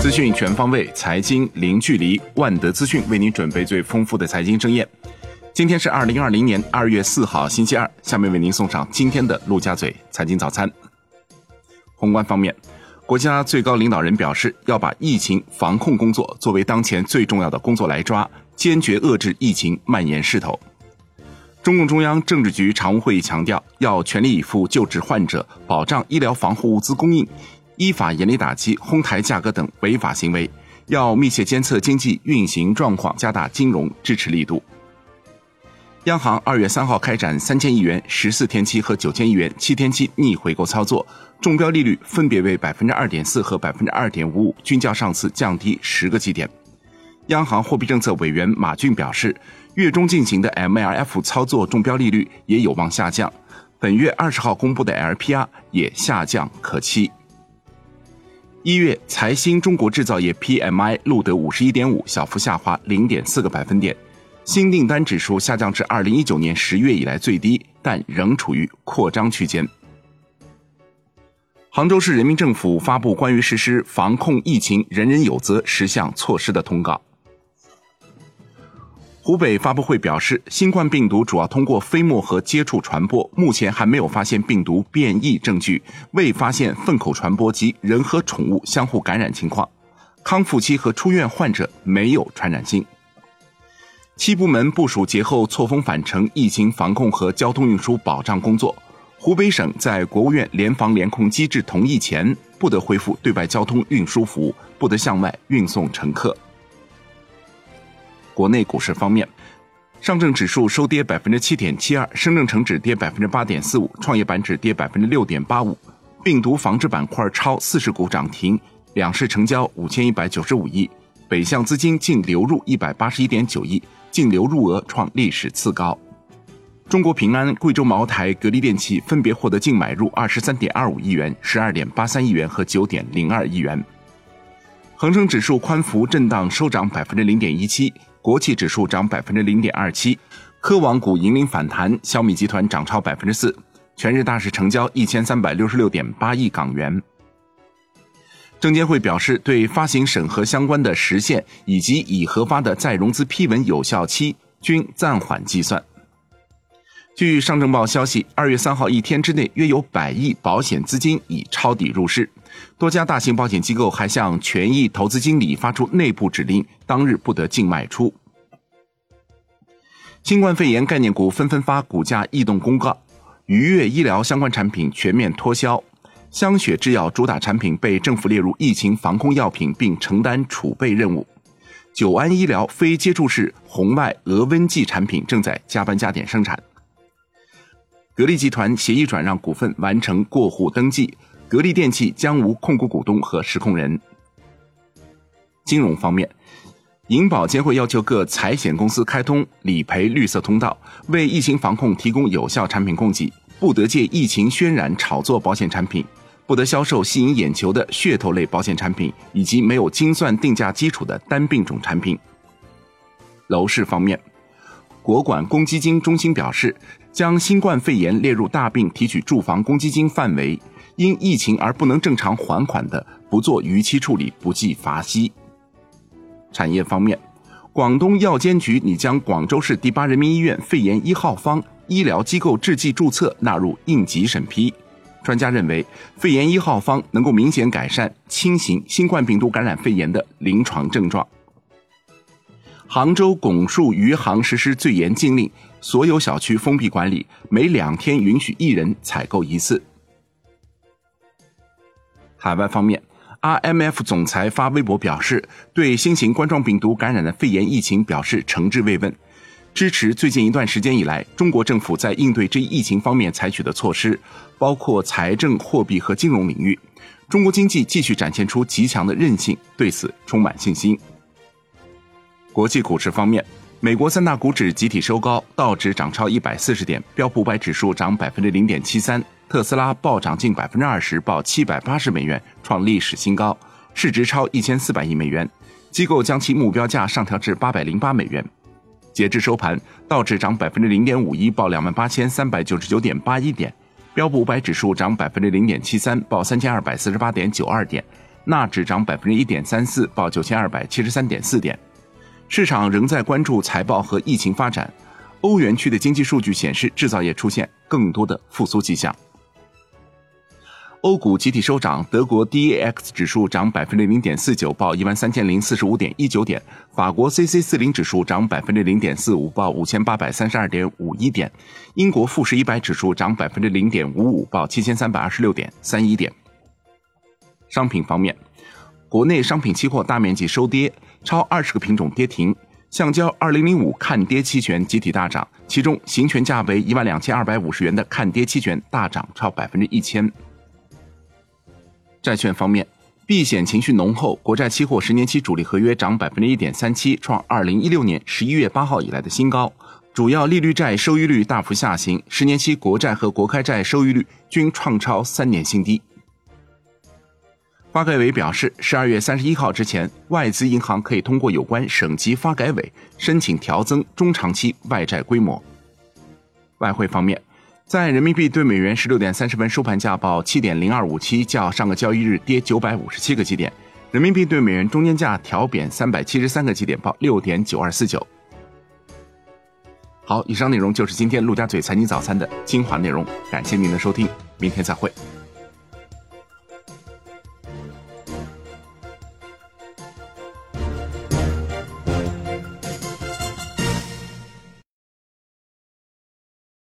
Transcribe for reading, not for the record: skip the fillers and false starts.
资讯全方位，财经零距离，万德资讯为您准备最丰富的财经盛宴。今天是2020年2月4号星期二，下面为您送上今天的陆家嘴财经早餐。宏观方面，国家最高领导人表示，要把疫情防控工作作为当前最重要的工作来抓，坚决遏制疫情蔓延势头。中共中央政治局常务会议强调，要全力以赴救治患者，保障医疗防护物资供应，依法严厉打击哄抬价格等违法行为，要密切监测经济运行状况，加大金融支持力度。央行2月3号开展3000亿元14天期和9000亿元7天期逆回购操作，中标利率分别为 2.4% 和 2.55%， 均较上次降低10个基点。央行货币政策委员马骏表示，月中进行的 MLF 操作中标利率也有望下降，本月20号公布的 LPR 也下降可期。1月财新中国制造业 PMI 录得 51.5， 小幅下滑 0.4 个百分点，新订单指数下降至2019年10月以来最低，但仍处于扩张区间。杭州市人民政府发布关于实施防控疫情人人有责10项措施的通告。湖北发布会表示，新冠病毒主要通过飞沫和接触传播，目前还没有发现病毒变异证据，未发现粪口传播及人和宠物相互感染情况，康复期和出院患者没有传染性。7部门部署节后错峰返程疫情防控和交通运输保障工作。湖北省在国务院联防联控机制同意前，不得恢复对外交通运输服务，不得向外运送乘客。国内股市方面，上证指数收跌 7.72%， 深圳成指跌 8.45%， 创业板指跌 6.85%。 病毒防治板块超40股涨停，两市成交5195亿，北向资金净流入181.9亿，净流入额创历史次高。中国平安、贵州茅台、格力电器分别获得净买入 23.25 亿元、12.83 亿元和 9.02 亿元。恒生指数宽幅震荡收涨 0.17%， 国企指数涨 0.27%， 科网股引领反弹，小米集团涨超 4%， 全日大市成交 1366.8 亿港元。证监会表示，对发行审核相关的时限以及已核发的再融资批文有效期均暂缓计算。据上证报消息，2月3号一天之内约有100亿保险资金已抄底入市，多家大型保险机构还向权益投资经理发出内部指令，当日不得净卖出。新冠肺炎概念股纷纷发股价异动公告，愉悦医疗相关产品全面脱销，香雪制药主打产品被政府列入疫情防控药品并承担储备任务，久安医疗非接触式红外额温计产品正在加班加点生产。格力集团协议转让股份完成过户登记，格力电器将无控股股东和实控人。金融方面，银保监会要求各财险公司开通理赔绿色通道，为疫情防控提供有效产品供给，不得借疫情渲染炒作保险产品，不得销售吸引眼球的噱头类保险产品，以及没有精算定价基础的单病种产品。楼市方面，国管公积金中心表示，将新冠肺炎列入大病提取住房公积金范围，因疫情而不能正常还款的，不做逾期处理，不计罚息。产业方面，广东药监局拟将广州市第8人民医院肺炎1号方医疗机构制剂注册纳入应急审批。专家认为，肺炎1号方能够明显改善轻型新冠病毒感染肺炎的临床症状。杭州拱墅余杭实施最严禁令，所有小区封闭管理，每2天允许1人采购1次。海外方面， RMF 总裁发微博表示，对新型冠状病毒感染的肺炎疫情表示诚挚慰问，支持最近一段时间以来中国政府在应对这一疫情方面采取的措施，包括财政、货币和金融领域。中国经济继续展现出极强的韧性，对此充满信心。国际股市方面，美国3大股指集体收高，道指涨超140点，标普500指数涨 0.73%， 特斯拉暴涨近 20%， 报780美元，创历史新高，市值超1400亿美元，机构将其目标价上调至808美元。截至收盘，道指涨 0.51%， 报 28,399.81 点，标普500指数涨 0.73%， 报 3248.92 点， 纳指涨 1.34%， 报 9273.4 点。市场仍在关注财报和疫情发展。欧元区的经济数据显示，制造业出现更多的复苏迹象。欧股集体收涨，德国 DAX 指数涨 0.49%， 报 13045.19 点；法国 CAC40 指数涨 0.45%， 报 5832.51 点；英国富时100指数涨 0.55%， 报 7326.31 点。商品方面，国内商品期货大面积收跌，超20个品种跌停。橡胶2005看跌期权集体大涨，其中行权价为12250元的看跌期权大涨超 1000%。债券方面，避险情绪浓厚，国债期货10年期主力合约涨 1.37%， 创2016年11月8号以来的新高。主要利率债收益率大幅下行，10年期国债和国开债收益率均创超3年新低。发改委表示，12月31号之前，外资银行可以通过有关省级发改委申请调增中长期外债规模。外汇方面，在人民币对美元16点30分收盘价报 7.0257， 较上个交易日跌957个基点，人民币对美元中间价调贬373个基点，报 6.9249。 好，以上内容就是今天陆家嘴财经早餐的精华内容，感谢您的收听，明天再会。